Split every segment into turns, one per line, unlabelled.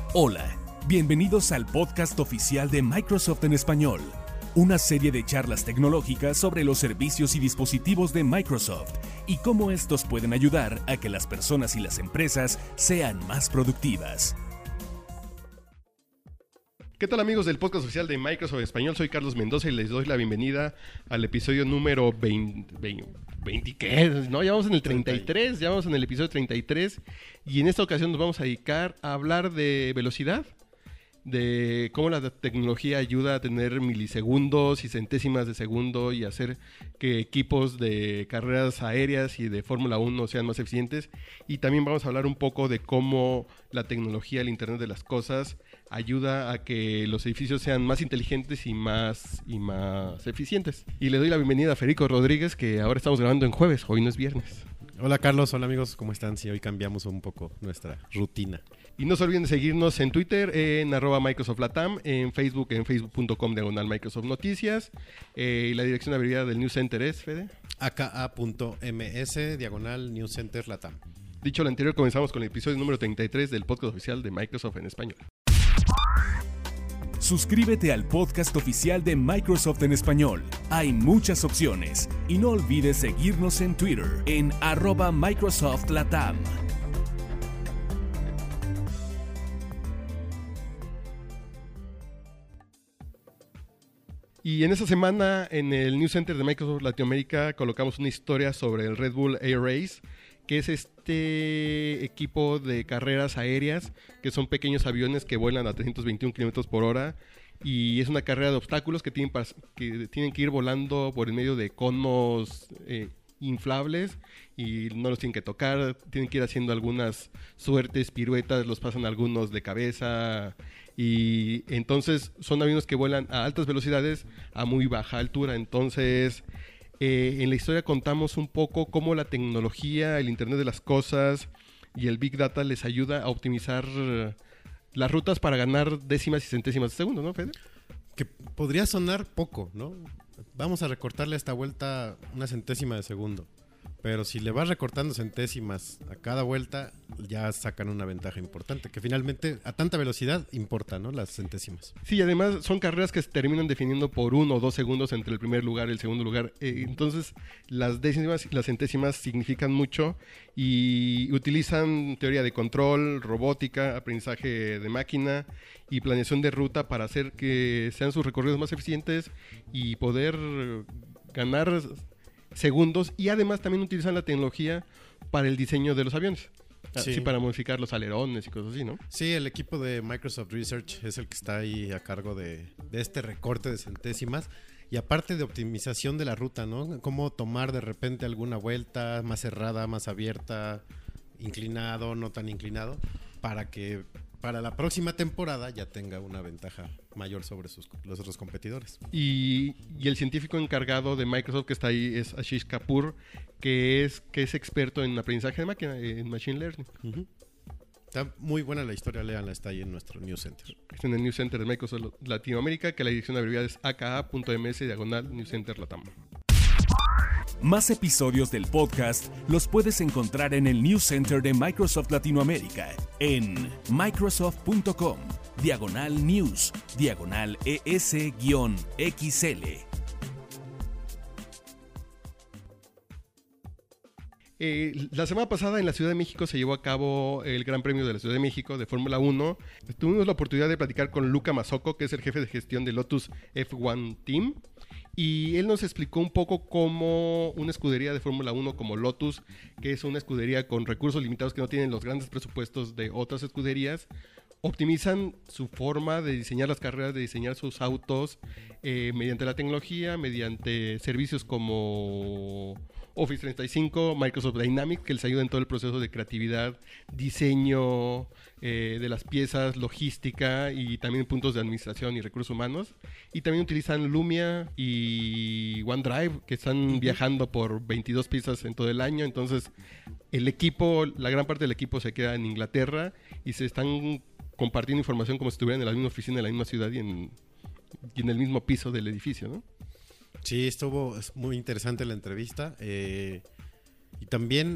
Hola, bienvenidos al podcast oficial de Microsoft en español, una serie de charlas tecnológicas sobre los servicios y dispositivos de Microsoft y cómo estos pueden ayudar a que las personas y las empresas sean más productivas.
¿Qué tal, amigos del podcast oficial de Microsoft en español? Soy Carlos Mendoza y les doy la bienvenida al episodio número 20 ¿qué? No, ya vamos en el 33, ya vamos en el episodio 33 y en esta ocasión nos vamos a dedicar a hablar de velocidad, de cómo la tecnología ayuda a tener milisegundos y centésimas de segundo y hacer que equipos de carreras aéreas y de Fórmula 1 sean más eficientes. Y también vamos a hablar un poco de cómo la tecnología, el Internet de las cosas, ayuda a que los edificios sean más inteligentes y más eficientes. Y le doy la bienvenida a Federico Rodríguez, que ahora estamos grabando en jueves, hoy no es viernes.
Hola Carlos, hola amigos, ¿cómo están? Sí, hoy cambiamos un poco nuestra rutina.
Y no se olviden de seguirnos en Twitter, en @MicrosoftLatam, en Facebook, en facebook.com/Microsoft Noticias. Y la dirección abreviada del News Center es, Fede.
aka.ms/News Center Latam.
Dicho lo anterior, comenzamos con el episodio número 33 del podcast oficial de Microsoft en español.
Suscríbete al podcast oficial de Microsoft en español. Hay muchas opciones y no olvides seguirnos en Twitter en @MicrosoftLatam.
Y en esta semana en el News Center de Microsoft Latinoamérica colocamos una historia sobre el Red Bull Air Race, que es este equipo de carreras aéreas, que son pequeños aviones que vuelan a 321 km por hora. Y es una carrera de obstáculos que tienen que ir volando por el medio de conos inflables y no los tienen que tocar, tienen que ir haciendo algunas suertes, piruetas, los pasan algunos de cabeza. Y entonces son aviones que vuelan a altas velocidades a muy baja altura. Entonces en la historia contamos un poco cómo la tecnología, el Internet de las cosas y el Big Data les ayuda a optimizar las rutas para ganar décimas y centésimas de segundo, ¿no, Fede?
Que podría sonar poco, ¿no? Vamos a recortarle a esta vuelta una centésima de segundo. Pero si le vas recortando centésimas a cada vuelta, ya sacan una ventaja importante, que finalmente a tanta velocidad importa, ¿no? Las centésimas.
Sí, además son carreras que se terminan definiendo por 1 o 2 segundos entre el primer lugar y el segundo lugar. Entonces las décimas y las centésimas significan mucho y utilizan teoría de control, robótica, aprendizaje de máquina y planeación de ruta para hacer que sean sus recorridos más eficientes y poder ganar segundos, y además también utilizan la tecnología para el diseño de los aviones. Sí. Así para modificar los alerones y cosas así, ¿no?
Sí, el equipo de Microsoft Research es el que está ahí a cargo de este recorte de centésimas y aparte de optimización de la ruta, ¿no? Cómo tomar de repente alguna vuelta más cerrada, más abierta, inclinado, no tan inclinado, para que para la próxima temporada ya tenga una ventaja mayor sobre los otros competidores.
Y el científico encargado de Microsoft que está ahí es Ashish Kapoor, que es experto en aprendizaje de máquina, en Machine Learning.
Uh-huh. Está muy buena la historia, léanla, está ahí en nuestro News Center.
Está en el News Center de Microsoft Latinoamérica, que la dirección abreviada es aka.ms/News Center Latam.
Más episodios del podcast los puedes encontrar en el News Center de Microsoft Latinoamérica en microsoft.com/news/ES-XL.
La semana pasada en la Ciudad de México se llevó a cabo el Gran Premio de la Ciudad de México de Fórmula 1. Tuvimos la oportunidad de platicar con Luca Masocco, que es el jefe de gestión de Lotus F1 Team. Y él nos explicó un poco cómo una escudería de Fórmula 1 como Lotus, que es una escudería con recursos limitados que no tienen los grandes presupuestos de otras escuderías, optimizan su forma de diseñar las carreras, de diseñar sus autos mediante la tecnología, mediante servicios como Office 365, Microsoft Dynamics, que les ayuda en todo el proceso de creatividad, diseño de las piezas, logística y también puntos de administración y recursos humanos. Y también utilizan Lumia y OneDrive, que están viajando por 22 piezas en todo el año. Entonces, el equipo, la gran parte del equipo se queda en Inglaterra y se están compartiendo información como si estuvieran en la misma oficina, en la misma ciudad y en el mismo piso del edificio, ¿no?
Sí, es muy interesante la entrevista. Y también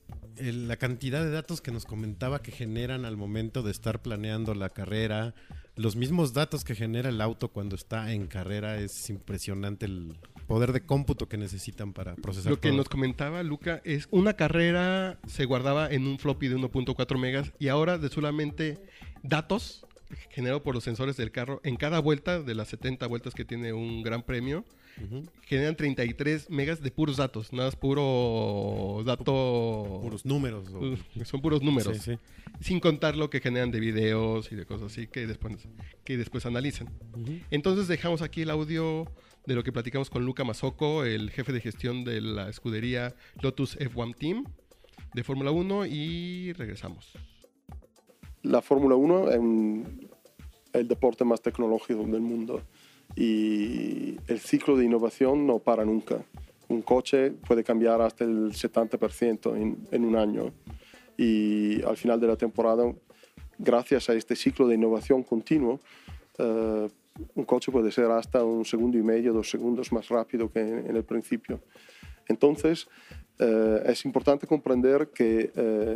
la cantidad de datos que nos comentaba que generan al momento de estar planeando la carrera, los mismos datos que genera el auto cuando está en carrera, es impresionante el poder de cómputo que necesitan para procesar
Lo que
todo.
nos comentaba Luca es una carrera se guardaba en un floppy de 1.4 megas y ahora de solamente datos generado por los sensores del carro en cada vuelta de las 70 vueltas que tiene un gran premio, generan 33 megas de puros datos, nada más puro dato...
Puros números.
Son puros números,
Sí, sí.
sin contar lo que generan de videos y de cosas así que después analizan. Entonces dejamos aquí el audio de lo que platicamos con Luca Masocco, el jefe de gestión de la escudería Lotus F1 Team de Fórmula 1, y regresamos.
La Fórmula 1 es el deporte más tecnológico del mundo y el ciclo de innovación no para nunca. Un coche puede cambiar hasta el 70% en un año y al final de la temporada, gracias a este ciclo de innovación continuo, un coche puede ser hasta 1,5 segundos, 2 segundos más rápido que en el principio. Entonces, es importante comprender que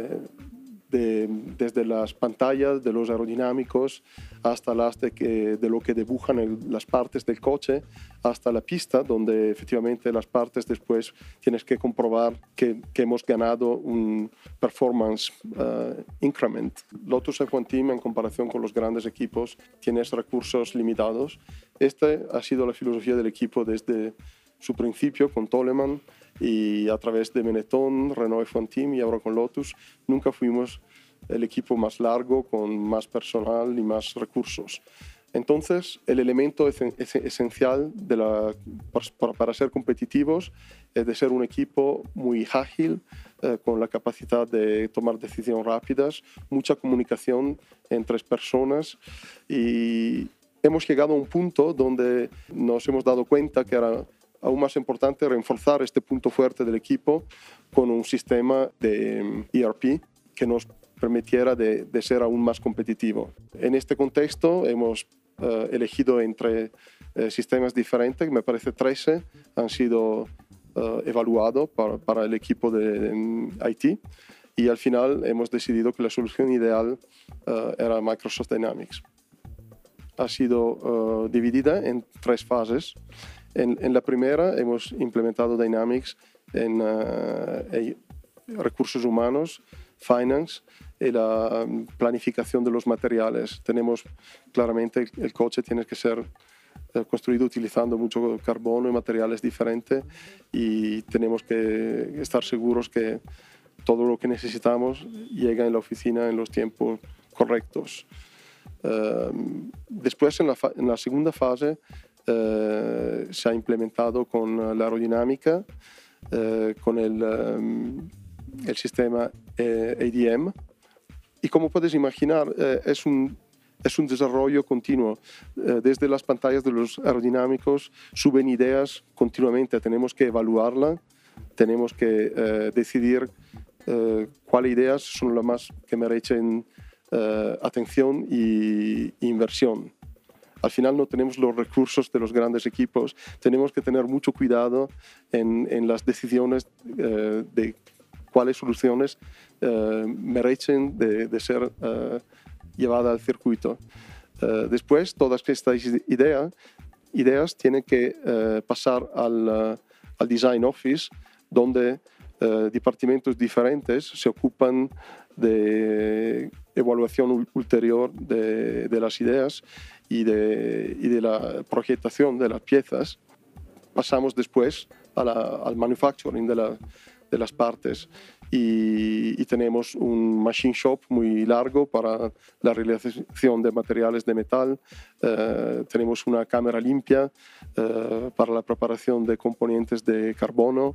desde las pantallas de los aerodinámicos hasta las de lo que dibujan las partes del coche, hasta la pista, donde efectivamente las partes después tienes que comprobar que hemos ganado un performance increment. Lotus F1 Team, en comparación con los grandes equipos, tiene recursos limitados. Esta ha sido la filosofía del equipo desde su principio con Toleman, y a través de Benetton, Renault F1 Team y ahora con Lotus, nunca fuimos el equipo más largo, con más personal y más recursos. Entonces, el elemento esencial para ser competitivos es de ser un equipo muy ágil, con la capacidad de tomar decisiones rápidas, mucha comunicación entre personas, y hemos llegado a un punto donde nos hemos dado cuenta que era aún más importante reforzar este punto fuerte del equipo con un sistema de ERP que nos permitiera de ser aún más competitivo. En este contexto hemos elegido entre sistemas diferentes, me parece 13 han sido evaluados para el equipo de IT, y al final hemos decidido que la solución ideal era Microsoft Dynamics. Ha sido dividida en 3 fases. En la primera hemos implementado Dynamics en recursos humanos, finance y la planificación de los materiales. Tenemos claramente el coche tiene que ser construido utilizando mucho carbono y materiales diferentes, y tenemos que estar seguros que todo lo que necesitamos llega en la oficina en los tiempos correctos. Después, en la segunda fase, se ha implementado con la aerodinámica, con el sistema ADM, y como puedes imaginar, es un desarrollo continuo. Desde las pantallas de los aerodinámicos suben ideas continuamente, tenemos que evaluarla, tenemos que decidir cuáles ideas son las más que merecen atención e inversión. Al final no tenemos los recursos de los grandes equipos, tenemos que tener mucho cuidado en las decisiones de cuáles soluciones merecen de ser llevadas al circuito. Después, todas estas ideas tienen que pasar al Design Office, donde departamentos diferentes se ocupan de evaluación ulterior de las ideas y de la proyectación de las piezas. Pasamos después al manufacturing de las partes, y tenemos un machine shop muy largo para la realización de materiales de metal. Tenemos una cámara limpia para la preparación de componentes de carbono,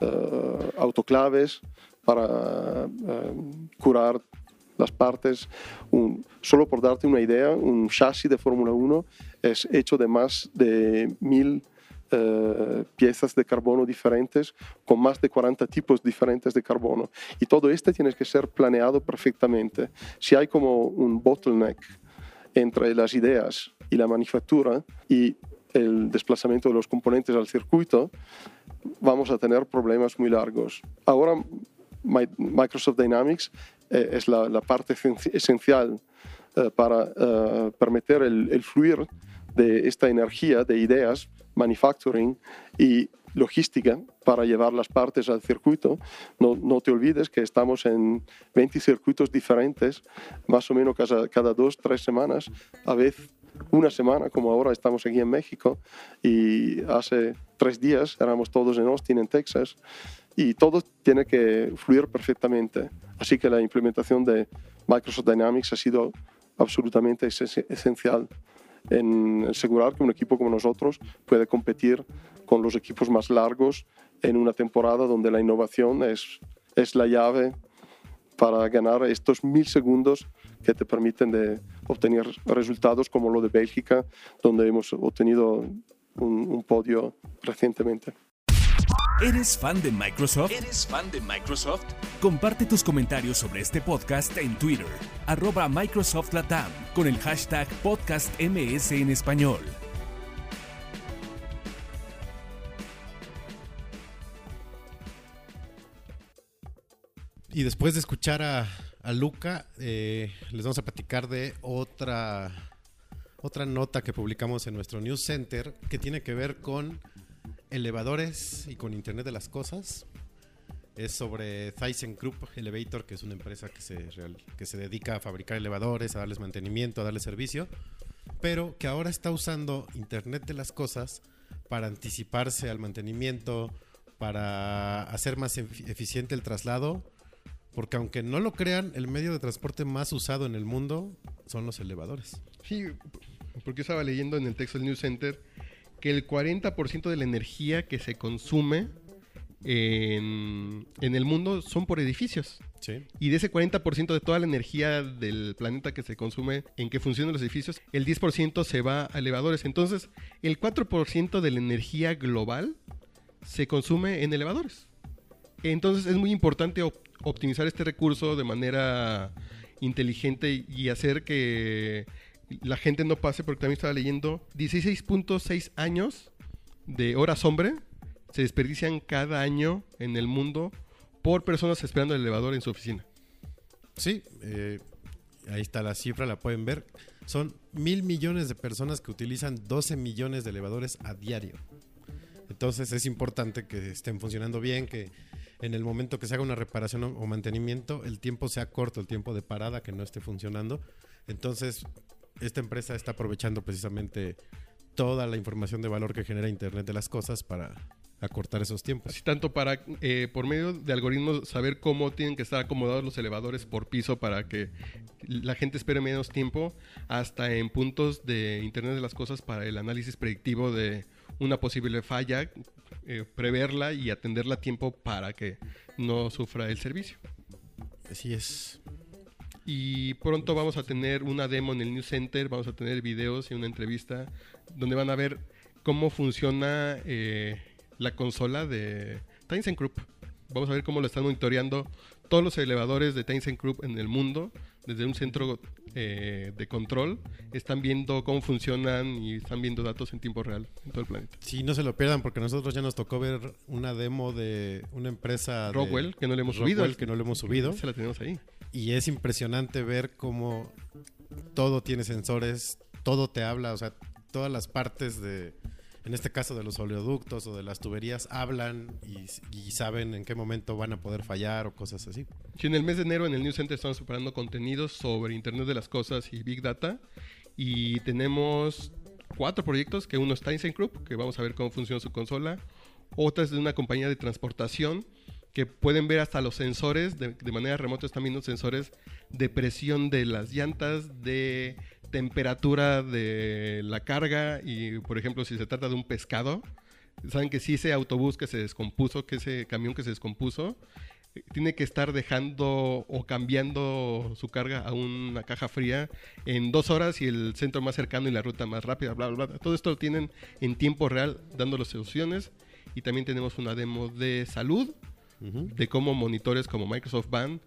autoclaves para curar las partes. Solo por darte una idea, un chasis de Fórmula 1 es hecho de más de 1000 piezas de carbono diferentes, con más de 40 tipos diferentes de carbono, y todo esto tiene que ser planeado perfectamente. Si hay como un bottleneck entre las ideas y la manufactura y el desplazamiento de los componentes al circuito, vamos a tener problemas muy largos. Ahora Microsoft Dynamics es la parte esencial para permitir el fluir de esta energía de ideas, manufacturing y logística para llevar las partes al circuito. No te olvides que estamos en 20 circuitos diferentes, más o menos cada 2-3 semanas, a veces una semana, como ahora estamos aquí en México, y hace 3 días éramos todos en Austin, en Texas, y todo tiene que fluir perfectamente. Así que la implementación de Microsoft Dynamics ha sido absolutamente esencial en asegurar que un equipo como nosotros puede competir con los equipos más largos en una temporada donde la innovación es la llave para ganar estos 1000 segundos que te permiten de obtener resultados como lo de Bélgica, donde hemos obtenido un podio recientemente.
¿Eres fan de Microsoft? Comparte tus comentarios sobre este podcast en Twitter, @Microsoft Latam, con el hashtag podcastms en español.
Y después de escuchar a Luca, les vamos a platicar de otra nota que publicamos en nuestro News Center que tiene que ver con elevadores y con Internet de las Cosas. Es sobre ThyssenKrupp Elevator, que es una empresa que se dedica a fabricar elevadores, a darles mantenimiento, a darles servicio, pero que ahora está usando Internet de las Cosas para anticiparse al mantenimiento, para hacer más eficiente el traslado, porque aunque no lo crean, el medio de transporte más usado en el mundo son los elevadores.
Sí, porque estaba leyendo en el texto del News Center que el 40% de la energía que se consume en el mundo son por edificios.
Sí.
Y de ese 40% de toda la energía del planeta que se consume en que funcionan los edificios, el 10% se va a elevadores. Entonces, el 4% de la energía global se consume en elevadores. Entonces, es muy importante optimizar este recurso de manera inteligente y hacer que la gente no pase, porque también estaba leyendo 16.6 años de horas hombre se desperdician cada año en el mundo por personas esperando el elevador en su oficina.
Sí, ahí está la cifra, la pueden ver. Son 1,000 millones de personas que utilizan 12 millones de elevadores a diario. Entonces es importante que estén funcionando bien, que en el momento que se haga una reparación o mantenimiento, el tiempo sea corto, el tiempo de parada, que no esté funcionando. Entonces, esta empresa está aprovechando precisamente toda la información de valor que genera Internet de las Cosas para acortar esos tiempos.
Así tanto para, por medio de algoritmos, saber cómo tienen que estar acomodados los elevadores por piso para que la gente espere menos tiempo, hasta en puntos de Internet de las Cosas para el análisis predictivo de una posible falla, preverla y atenderla a tiempo para que no sufra el servicio.
Así es.
Y pronto vamos a tener una demo en el News Center, vamos a tener videos y una entrevista donde van a ver cómo funciona la consola de ThyssenKrupp. Vamos a ver cómo lo están monitoreando todos los elevadores de ThyssenKrupp en el mundo, desde un centro de control. Están viendo cómo funcionan y están viendo datos en tiempo real en todo el planeta.
Sí, no se lo pierdan, porque a nosotros ya nos tocó ver una demo de una empresa
Rockwell, que no le hemos subido.
Rockwell, que no le hemos subido.
Se la tenemos ahí.
Y es impresionante ver cómo todo tiene sensores, todo te habla, o sea, todas las partes de, en este caso de los oleoductos o de las tuberías, hablan y saben en qué momento van a poder fallar o cosas así.
Sí, en el mes de enero en el News Center estamos preparando contenidos sobre Internet de las Cosas y Big Data, y tenemos 4 proyectos, que uno es ThyssenKrupp, que vamos a ver cómo funciona su consola. Otra es de una compañía de transportación, que pueden ver hasta los sensores, de manera remota están viendo sensores de presión de las llantas, de temperatura de la carga, y por ejemplo si se trata de un pescado, saben que si ese autobús que se descompuso, que ese camión que se descompuso, tiene que estar dejando o cambiando su carga a una caja fría en 2 horas, y el centro más cercano y la ruta más rápida, bla, bla, bla. Todo esto lo tienen en tiempo real dándoles soluciones. Y también tenemos una demo de salud, de cómo monitores como Microsoft Band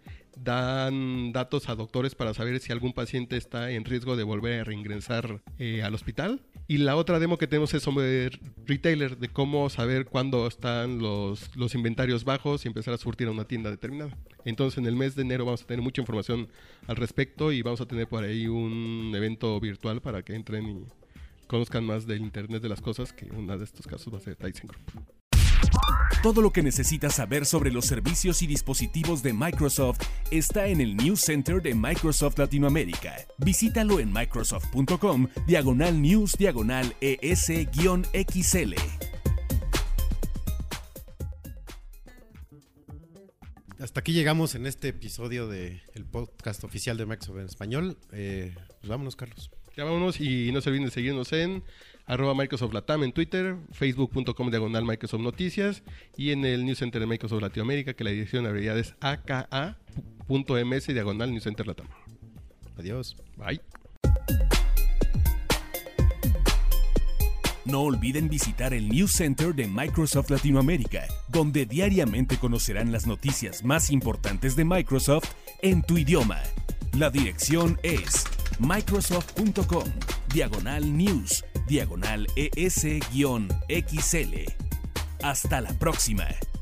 dan datos a doctores para saber si algún paciente está en riesgo de volver a reingresar al hospital. Y la otra demo que tenemos es sobre retailer, de cómo saber cuándo están los inventarios bajos y empezar a surtir a una tienda determinada. Entonces en el mes de enero vamos a tener mucha información al respecto y vamos a tener por ahí un evento virtual para que entren y conozcan más del Internet de las cosas, que uno de estos casos va a ser ThyssenKrupp.
Todo lo que necesitas saber sobre los servicios y dispositivos de Microsoft está en el News Center de Microsoft Latinoamérica. Visítalo en microsoft.com/news/ES-XL.
Hasta aquí llegamos en este episodio del podcast oficial de Microsoft en español. Pues vámonos, Carlos.
Ya vámonos y no se olviden de seguirnos en @Microsoft Latam en Twitter, facebook.com/Microsoft Noticias y en el News Center de Microsoft Latinoamérica, que la dirección en realidad es aka.ms/News Center Latam.
Adiós.
Bye.
No olviden visitar el News Center de Microsoft Latinoamérica, donde diariamente conocerán las noticias más importantes de Microsoft en tu idioma. La dirección es microsoft.com/news/ES-XL. Hasta la próxima.